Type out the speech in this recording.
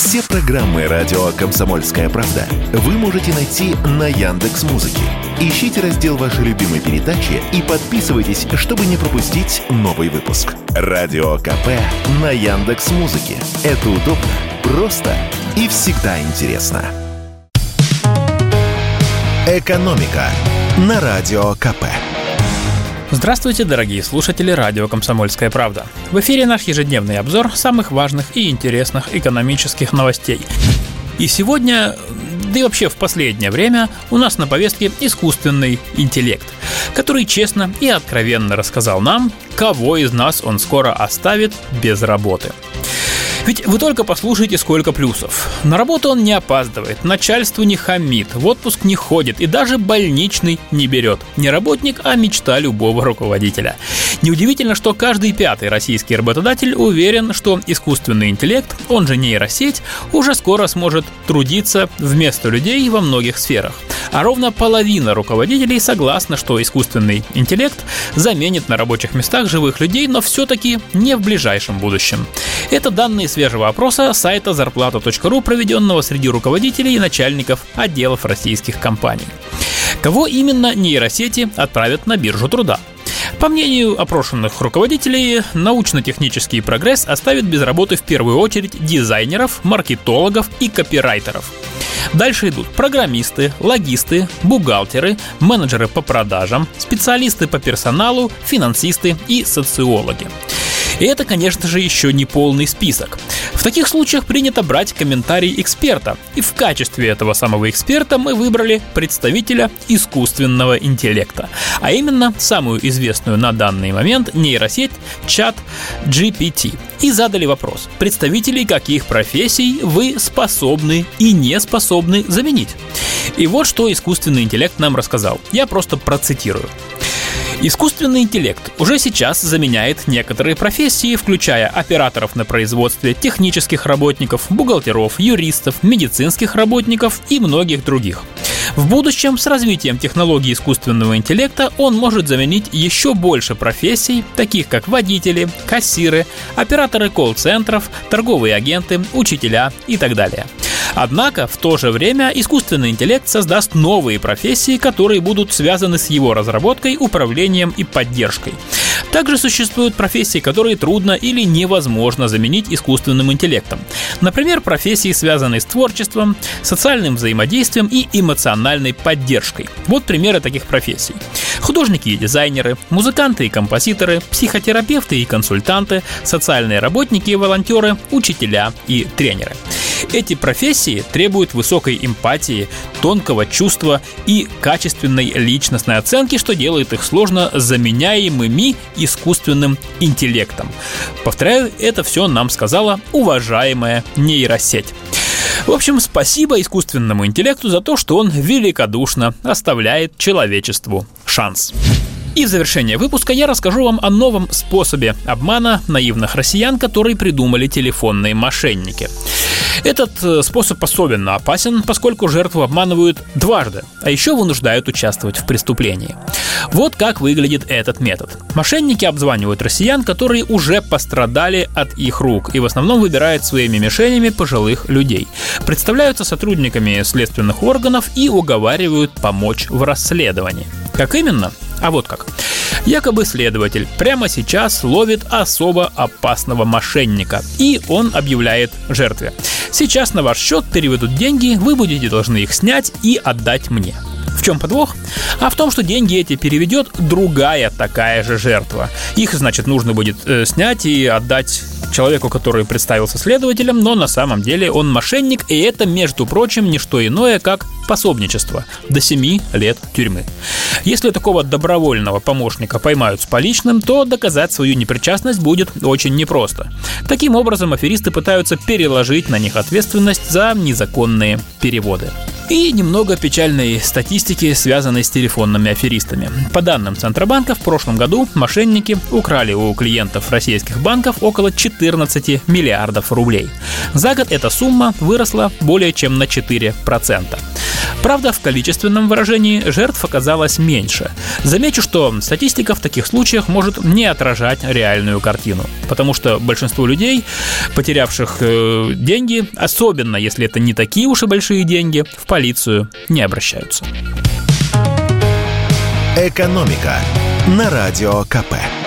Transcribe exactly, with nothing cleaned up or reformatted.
Все программы радио «Комсомольская правда» вы можете найти на Яндекс.Музыке. Ищите раздел вашей любимой передачи и подписывайтесь, чтобы не пропустить новый выпуск. Радио КП на Яндекс.Музыке. Это удобно, просто и всегда интересно. «Экономика» на Радио КП. Здравствуйте, дорогие слушатели радио «Комсомольская правда». В эфире наш ежедневный обзор самых важных и интересных экономических новостей. И сегодня, да и вообще в последнее время, у нас на повестке искусственный интеллект, который честно и откровенно рассказал нам, кого из нас он скоро оставит без работы. Ведь вы только послушайте, сколько плюсов. На работу он не опаздывает, начальству не хамит, в отпуск не ходит и даже больничный не берет. Не работник, а мечта любого руководителя. Неудивительно, что каждый пятый российский работодатель уверен, что искусственный интеллект, он же нейросеть, уже скоро сможет трудиться вместо людей во многих сферах. А ровно половина руководителей согласна, что искусственный интеллект заменит на рабочих местах живых людей, но все-таки не в ближайшем будущем. Это данные свежего опроса сайта зарплата точка ру, проведенного среди руководителей и начальников отделов российских компаний. Кого именно нейросети отправят на биржу труда? По мнению опрошенных руководителей, научно-технический прогресс оставит без работы в первую очередь дизайнеров, маркетологов и копирайтеров. Дальше идут программисты, логисты, бухгалтеры, менеджеры по продажам, специалисты по персоналу, финансисты и социологи. И это, конечно же, еще не полный список. В таких случаях принято брать комментарий эксперта. И в качестве этого самого эксперта мы выбрали представителя искусственного интеллекта. А именно, самую известную на данный момент нейросеть чат джи пи ти. И задали вопрос: представителей каких профессий вы способны и не способны заменить? И вот что искусственный интеллект нам рассказал. Я просто процитирую. Искусственный интеллект уже сейчас заменяет некоторые профессии, включая операторов на производстве, технических работников, бухгалтеров, юристов, медицинских работников и многих других. В будущем с развитием технологий искусственного интеллекта он может заменить еще больше профессий, таких как водители, кассиры, операторы колл-центров, торговые агенты, учителя и так далее. Однако, в то же время искусственный интеллект создаст новые профессии, которые будут связаны с его разработкой, управлением и поддержкой. Также существуют профессии, которые трудно или невозможно заменить искусственным интеллектом. Например, профессии, связанные с творчеством, социальным взаимодействием и эмоциональной поддержкой. Вот примеры таких профессий. Художники и дизайнеры, музыканты и композиторы, психотерапевты и консультанты, социальные работники и волонтеры, учителя и тренеры. Эти профессии требуют высокой эмпатии, тонкого чувства и качественной личностной оценки, что делает их сложно заменяемыми искусственным интеллектом. Повторяю, это все нам сказала уважаемая нейросеть. В общем, спасибо искусственному интеллекту за то, что он великодушно оставляет человечеству шанс. И в завершение выпуска я расскажу вам о новом способе обмана наивных россиян, который придумали телефонные мошенники. Этот способ особенно опасен, поскольку жертву обманывают дважды, а еще вынуждают участвовать в преступлении. Вот как выглядит этот метод. Мошенники обзванивают россиян, которые уже пострадали от их рук, и в основном выбирают своими мишенями пожилых людей. Представляются сотрудниками следственных органов и уговаривают помочь в расследовании. Как именно? А вот как. Якобы следователь прямо сейчас ловит особо опасного мошенника, и он объявляет жертве: сейчас на ваш счет переведут деньги, вы будете должны их снять и отдать мне. В чем подвох? А в том, что деньги эти переведет другая такая же жертва. Их, значит, нужно будет э, снять и отдать человеку, который представился следователем, но на самом деле он мошенник, и это, между прочим, не что иное, как пособничество до семи лет тюрьмы. Если такого добровольного помощника поймают с поличным, то доказать свою непричастность будет очень непросто. Таким образом, аферисты пытаются переложить на них ответственность за незаконные переводы. И немного печальной статистики, связанной с телефонными аферистами. По данным Центробанка, в прошлом году мошенники украли у клиентов российских банков около четырнадцати миллиардов рублей. За год эта сумма выросла более чем на четыре процента. Правда, в количественном выражении жертв оказалось меньше. Замечу, что статистика в таких случаях может не отражать реальную картину, потому что большинство людей, потерявших э, деньги, особенно если это не такие уж и большие деньги, в полицию не обращаются. «Экономика» на Радио ка пэ.